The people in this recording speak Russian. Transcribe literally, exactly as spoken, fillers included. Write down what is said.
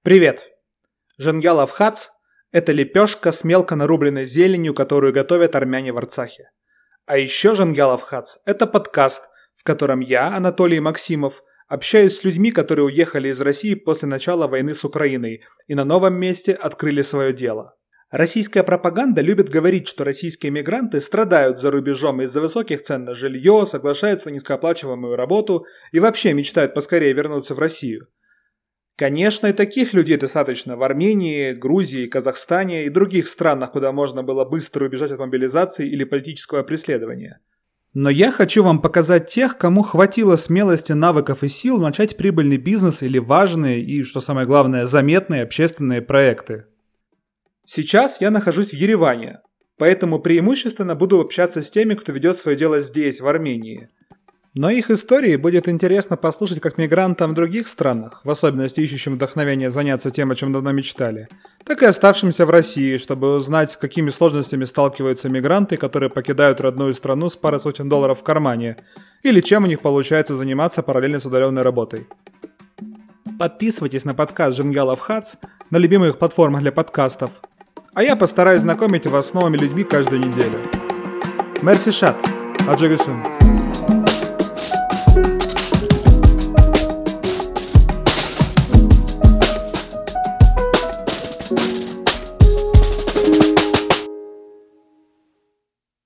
Привет! Женгялов хац – это лепешка с мелко нарубленной зеленью, которую готовят армяне в Арцахе. А еще Женгялов хац – это подкаст, в котором я, Анатолий Максимов, общаюсь с людьми, которые уехали из России после начала войны с Украиной и на новом месте открыли свое дело. Российская пропаганда любит говорить, что российские мигранты страдают за рубежом из-за высоких цен на жилье, соглашаются на низкооплачиваемую работу и вообще мечтают поскорее вернуться в Россию. Конечно, и таких людей достаточно в Армении, Грузии, Казахстане и других странах, куда можно было быстро убежать от мобилизации или политического преследования. Но я хочу вам показать тех, кому хватило смелости, навыков и сил начать прибыльный бизнес или важные и, что самое главное, заметные общественные проекты. Сейчас я нахожусь в Ереване, поэтому преимущественно буду общаться с теми, кто ведет свое дело здесь, в Армении. Но их истории будет интересно послушать как мигрантам в других странах, в особенности ищущим вдохновение заняться тем, о чем давно мечтали, так и оставшимся в России, чтобы узнать, с какими сложностями сталкиваются мигранты, которые покидают родную страну с парой сотен долларов в кармане, или чем у них получается заниматься параллельно с удаленной работой. Подписывайтесь на подкаст Женгялов хац на любимых платформах для подкастов, а я постараюсь знакомить вас с новыми людьми каждую неделю. Мерси шат, аджагюсун.